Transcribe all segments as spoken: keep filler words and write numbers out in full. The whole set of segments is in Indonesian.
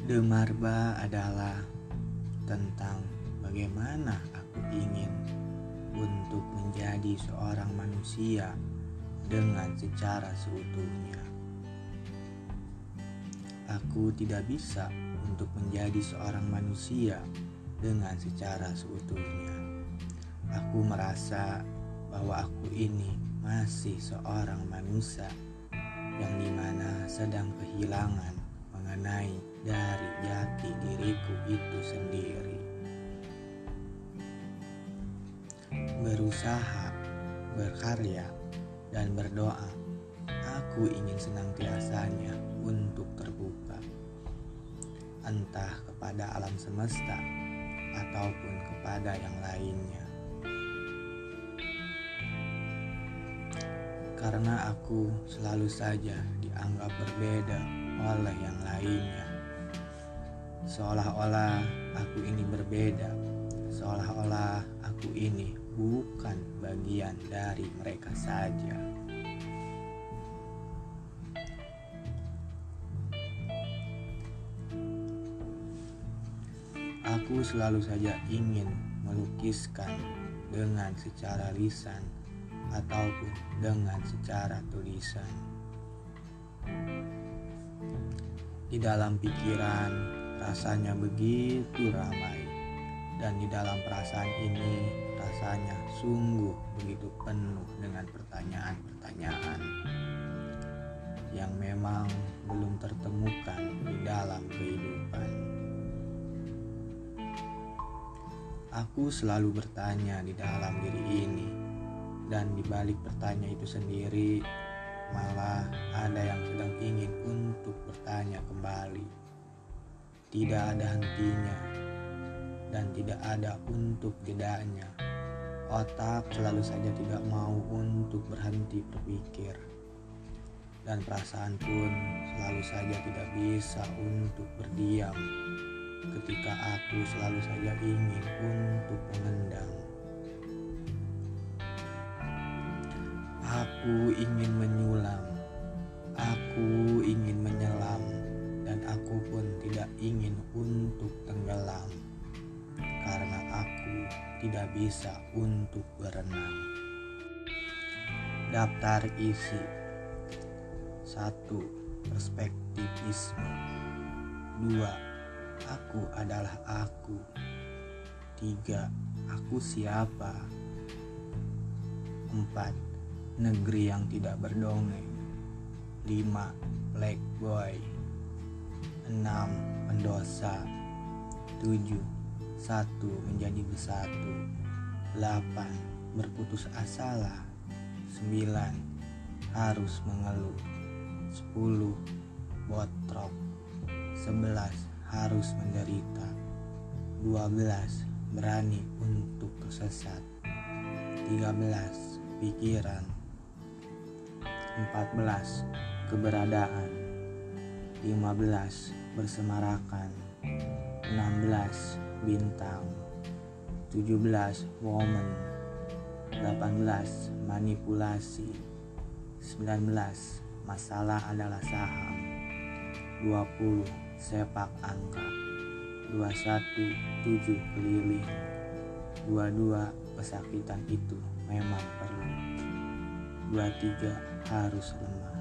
Demarba adalah tentang bagaimana aku ingin untuk menjadi seorang manusia dengan secara seutuhnya. Aku tidak bisa untuk menjadi seorang manusia dengan secara seutuhnya. Aku merasa bahwa aku ini masih seorang manusia yang dimana sedang kehilangan mengenai dari jati diriku itu sendiri. Berusaha, berkarya, dan berdoa, aku ingin senantiasanya untuk terbuka, entah kepada alam semesta ataupun kepada yang lainnya. Karena aku selalu saja dianggap berbeda oleh yang lainnya. Seolah-olah aku ini berbeda, seolah-olah aku ini bukan bagian dari mereka saja. Aku selalu saja ingin melukiskan dengan secara lisan ataupun dengan secara tulisan. Di dalam pikiran rasanya begitu ramai, dan di dalam perasaan ini rasanya sungguh begitu penuh dengan pertanyaan-pertanyaan yang memang belum tertemukan di dalam kehidupan. Aku selalu bertanya di dalam diri ini, dan di balik bertanya itu sendiri malah ada yang sedang ingin untuk bertanya kembali. Tidak ada hentinya dan tidak ada untuk jedanya. Otak selalu saja tidak mau untuk berhenti berpikir, dan perasaan pun selalu saja tidak bisa untuk berdiam ketika aku selalu saja ingin untuk mengendang. Aku ingin menyulam, aku ingin menyelam, dan aku pun tidak ingin untuk tenggelam, karena aku tidak bisa untuk berenang. Daftar isi. Satu. Perspektifisme. Dua. Aku adalah aku. Tiga. Aku siapa? Empat. Negeri yang tidak berdongeng. Lima. Black boy. Enam. Pendosa. Tujuh. Satu menjadi bersatu. Delapan. Berputus asalah. Sembilan. Harus mengeluh. Sepuluh. Botrok. Sebelas. Harus menderita. Dua belas. Berani untuk tersesat. Tiga belas. Pikiran. Empat belas. Keberadaan. Lima belas. Bersemarakan. Enam belas. Bintang. Tujuh belas. Woman. Delapan belas. Manipulasi. Sembilan belas. Masalah adalah saham. Dua puluh. Sepak angka. Dua puluh satu. Tujuh keliling. Dua puluh dua. Pesakitan itu memang perlu. Dua puluh tiga. Harus lemah.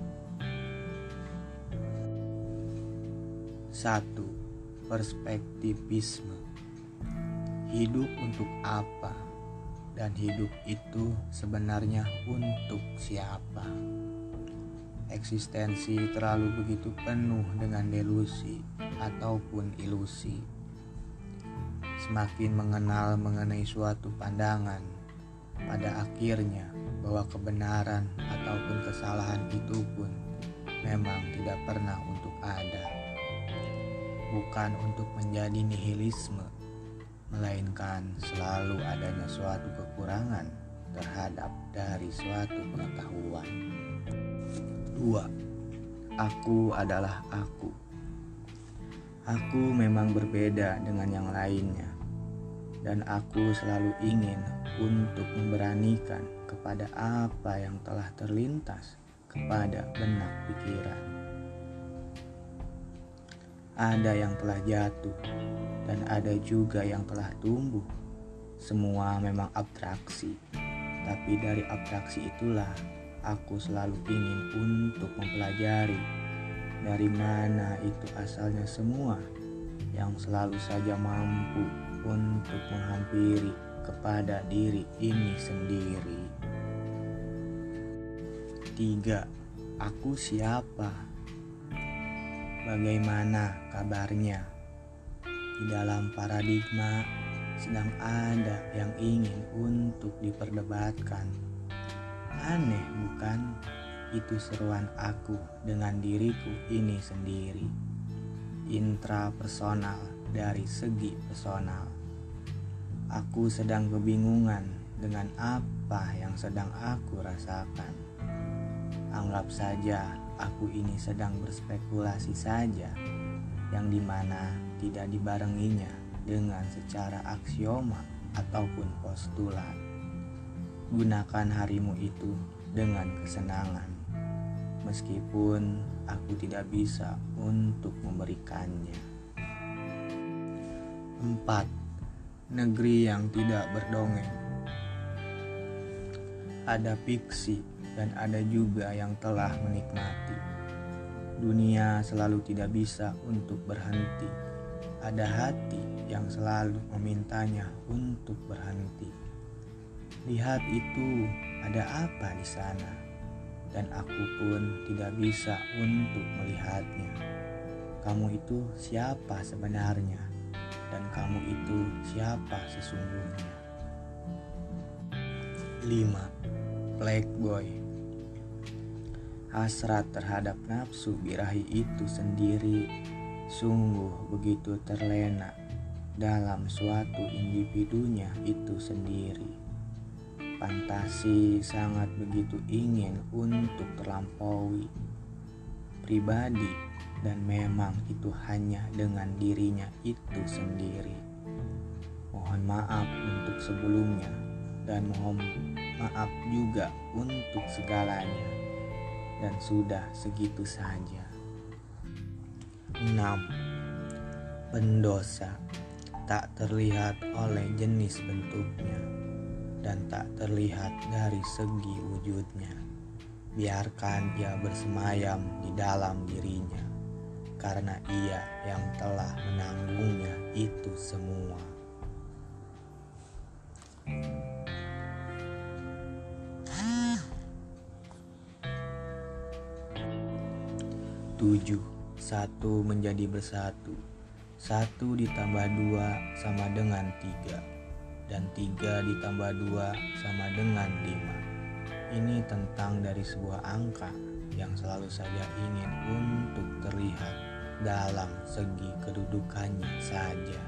Satu. Perspektifisme. Hidup untuk apa? Dan hidup itu sebenarnya untuk siapa? Eksistensi terlalu begitu penuh dengan delusi ataupun ilusi. Semakin mengenal mengenai suatu pandangan, pada akhirnya bahwa kebenaran ataupun kesalahan itu pun memang tidak pernah untuk ada. Bukan untuk menjadi nihilisme, melainkan selalu adanya suatu kekurangan terhadap dari suatu pengetahuan. Dua. Aku adalah aku. Aku memang berbeda dengan yang lainnya, dan aku selalu ingin untuk memberanikan kepada apa yang telah terlintas kepada benak pikiran. Ada yang telah jatuh dan ada juga yang telah tumbuh. Semua memang abstraksi, tapi dari abstraksi itulah aku selalu ingin untuk mempelajari dari mana itu asalnya semua yang selalu saja mampu untuk menghampiri kepada diri ini sendiri. Tiga. Aku siapa? Bagaimana kabarnya? Di dalam paradigma sedang ada yang ingin untuk diperdebatkan. Aneh bukan? Itu seruan aku dengan diriku ini sendiri. Intrapersonal dari segi personal. Aku sedang kebingungan dengan apa yang sedang aku rasakan. Anggap saja aku ini sedang berspekulasi saja, yang dimana tidak dibarenginya dengan secara aksioma ataupun postulat. Gunakan harimu itu dengan kesenangan, meskipun aku tidak bisa untuk memberikannya. Empat. Negeri yang tidak berdongeng. Ada fiksi dan ada juga yang telah menikmati. Dunia selalu tidak bisa untuk berhenti. Ada hati yang selalu memintanya untuk berhenti. Lihat itu, ada apa di sana? Dan aku pun tidak bisa untuk melihatnya. Kamu itu siapa sebenarnya? Dan kamu itu siapa sesungguhnya? Lima. Playboy. Hasrat terhadap nafsu birahi itu sendiri sungguh begitu terlena dalam suatu individunya itu sendiri. Fantasi sangat begitu ingin untuk terlampaui pribadi, dan memang itu hanya dengan dirinya itu sendiri. Mohon maaf untuk sebelumnya, dan mohon maaf juga untuk segalanya, dan sudah segitu saja. Enam. Pendosa tak terlihat oleh jenis bentuknya dan tak terlihat dari segi wujudnya. Biarkan ia bersemayam di dalam dirinya, karena ia yang telah menanggungnya itu semua. Tujuh. Satu menjadi bersatu. Satu ditambah dua sama dengan tiga, dan tiga ditambah dua sama dengan lima. Ini tentang dari sebuah angka yang selalu saja ingin untuk terlihat dalam segi kedudukannya saja.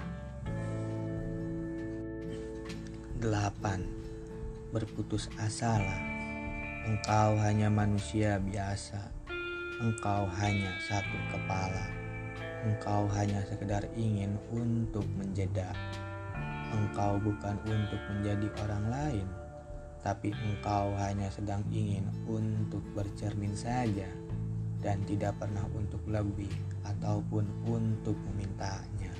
Delapan. Berputus asalah. Engkau hanya manusia biasa. Engkau hanya satu kepala. Engkau hanya sekedar ingin untuk menjeda. Engkau bukan untuk menjadi orang lain, tapi engkau hanya sedang ingin untuk bercermin saja, dan tidak pernah untuk lebih ataupun untuk memintanya.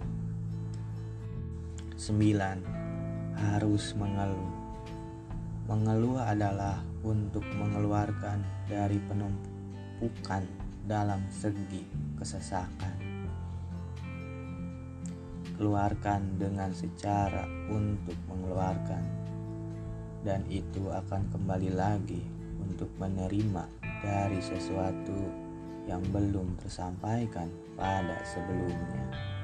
Sembilan. Harus mengeluh. Mengeluh adalah untuk mengeluarkan dari penumpukan dalam segi kesesakan. Keluarkan dengan secara untuk mengeluarkan, dan itu akan kembali lagi untuk menerima dari sesuatu yang belum tersampaikan pada sebelumnya.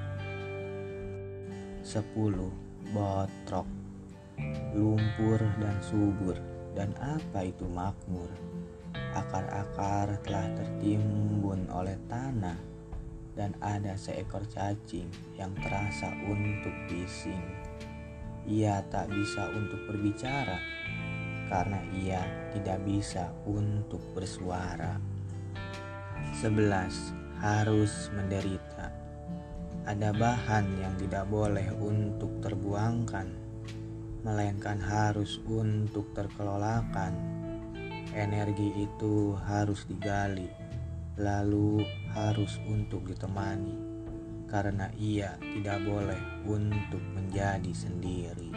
Sepuluh. Botrok. Lumpur dan subur. Dan apa itu makmur? Akar-akar telah tertimbun oleh tanah, dan ada seekor cacing yang terasa untuk bising. Ia tak bisa untuk berbicara, karena ia tidak bisa untuk bersuara. Sebelas. Harus menderita. Ada bahan yang tidak boleh untuk terbuangkan, melainkan harus untuk terkelolakan. Energi itu harus digali, lalu harus untuk ditemani. karena ia tidak boleh untuk menjadi sendiri.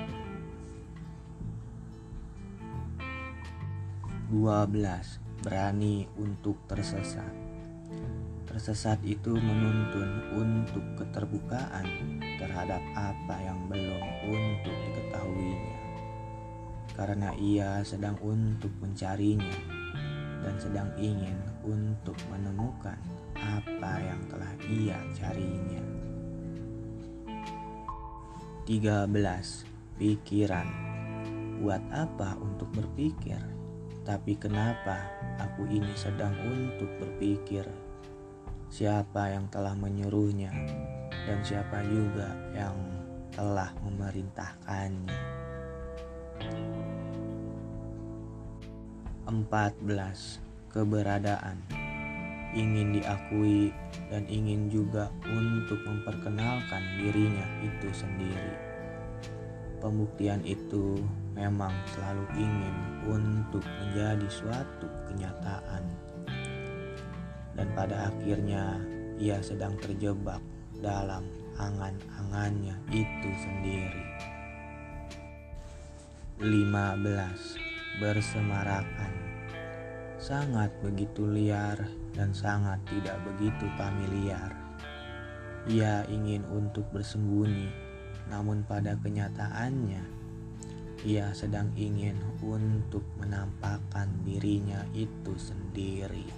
dua belas. Berani untuk tersesat. Tersesat itu menuntun untuk keterbukaan terhadap apa yang belum untuk diketahuinya, karena ia sedang untuk mencarinya dan sedang ingin untuk menemukan apa yang telah ia carinya. tiga belas. Pikiran. Buat apa untuk berpikir? Tapi kenapa aku ini sedang untuk berpikir? Siapa yang telah menyuruhnya dan siapa juga yang telah memerintahkannya? empat belas. Keberadaan. Ingin diakui dan ingin juga untuk memperkenalkan dirinya itu sendiri. Pembuktian itu memang selalu ingin untuk menjadi suatu kenyataan, dan pada akhirnya ia sedang terjebak dalam angan-angannya itu sendiri. lima belas. Bersemarakan. Sangat begitu liar dan sangat tidak begitu familiar. Ia ingin untuk bersembunyi, namun pada kenyataannya ia sedang ingin untuk menampakkan dirinya itu sendiri.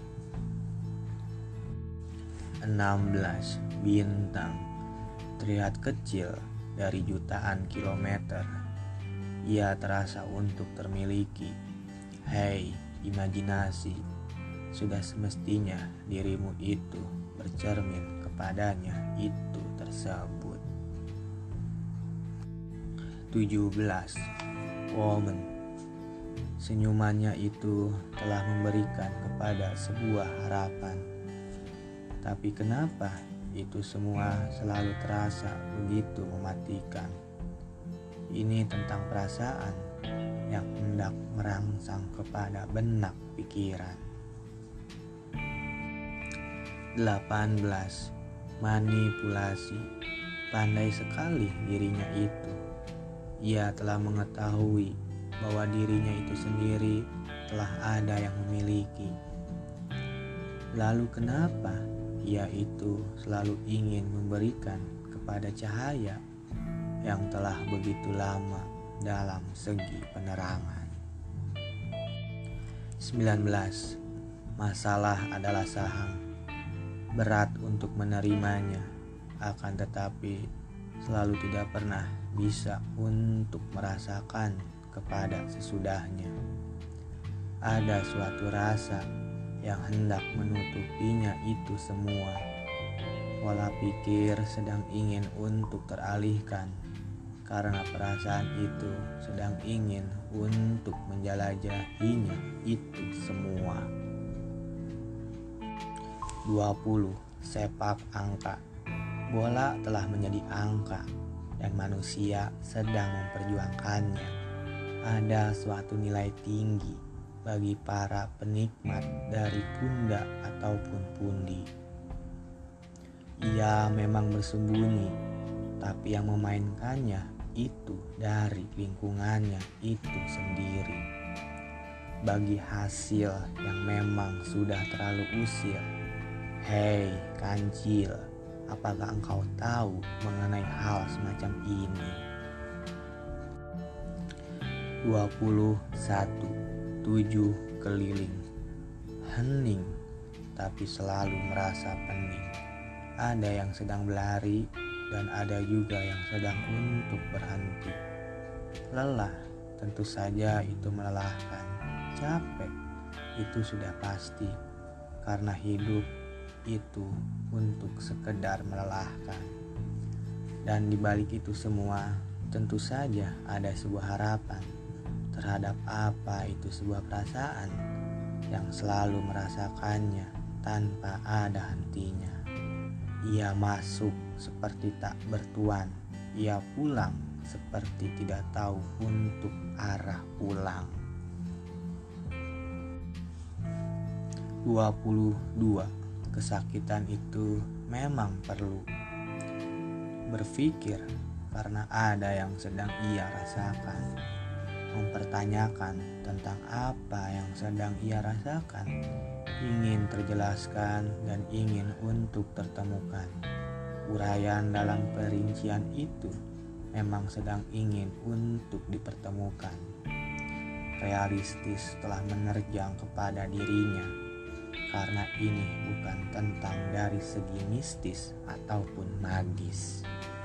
enam belas. Bintang. Terlihat kecil dari jutaan kilometer. Ia terasa untuk termiliki. Hei, imajinasi, sudah semestinya dirimu itu bercermin kepadanya itu tersebut. tujuh belas. Woman. Senyumannya itu telah memberikan kepada sebuah harapan. Tapi kenapa itu semua selalu terasa begitu mematikan? Ini tentang perasaan yang hendak merangsang kepada benak pikiran. delapan belas. Manipulasi. Pandai sekali dirinya itu. Ia telah mengetahui bahwa dirinya itu sendiri telah ada yang memiliki. Lalu kenapa ia itu selalu ingin memberikan kepada cahaya yang telah begitu lama dalam segi penerangan? sembilan belas. Masalah adalah saham. Berat untuk menerimanya, akan tetapi selalu tidak pernah bisa untuk merasakan kepada sesudahnya. Ada suatu rasa yang hendak menutupinya itu semua. Pola pikir sedang ingin untuk teralihkan, karena perasaan itu sedang ingin untuk menjelajahinya itu semua. dua puluh. Sepak angka. Bola telah menjadi angka dan manusia sedang memperjuangkannya. Ada suatu nilai tinggi bagi para penikmat dari pundak ataupun pundi. Ia memang bersembunyi, tapi yang memainkannya itu dari lingkungannya itu sendiri. Bagi hasil yang memang sudah terlalu usil. Hei kancil, apakah engkau tahu mengenai hal semacam ini? dua puluh satu. Tujuh keliling. Hening, tapi selalu merasa pening. Ada yang sedang berlari dan ada juga yang sedang untuk berhenti. Lelah, tentu saja itu melelahkan. Capek, itu sudah pasti, karena hidup itu untuk sekedar melelahkan. Dan di balik itu semua, tentu saja ada sebuah harapan terhadap apa itu sebuah perasaan yang selalu merasakannya tanpa ada hentinya. Ia masuk seperti tak bertuan, ia pulang seperti tidak tahu untuk arah pulang. dua puluh dua. Kesakitan itu memang perlu, berpikir karena ada yang sedang ia rasakan, mempertanyakan tentang apa yang sedang ia rasakan, ingin terjelaskan dan ingin untuk tertemukan. Uraian dalam perincian itu memang sedang ingin untuk dipertemukan. Realistis telah menerjang kepada dirinya, karena ini bukan tentang dari segi mistis ataupun magis.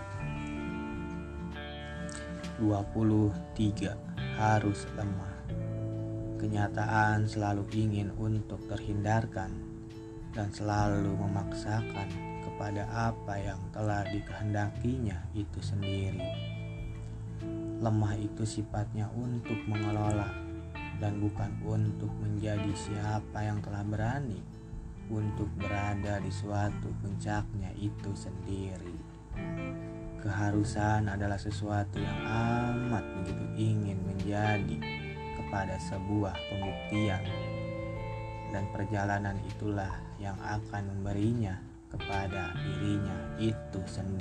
dua puluh tiga. Harus lemah. Kenyataan selalu ingin untuk terhindarkan dan selalu memaksakan kepada apa yang telah dikehendakinya itu sendiri. Lemah itu sifatnya untuk mengelola dan bukan untuk menjadi siapa yang telah berani untuk berada di suatu puncaknya itu sendiri. Keharusan adalah sesuatu yang amat begitu ingin menjadi kepada sebuah pembuktian, dan perjalanan itulah yang akan memberinya kepada dirinya itu sendiri.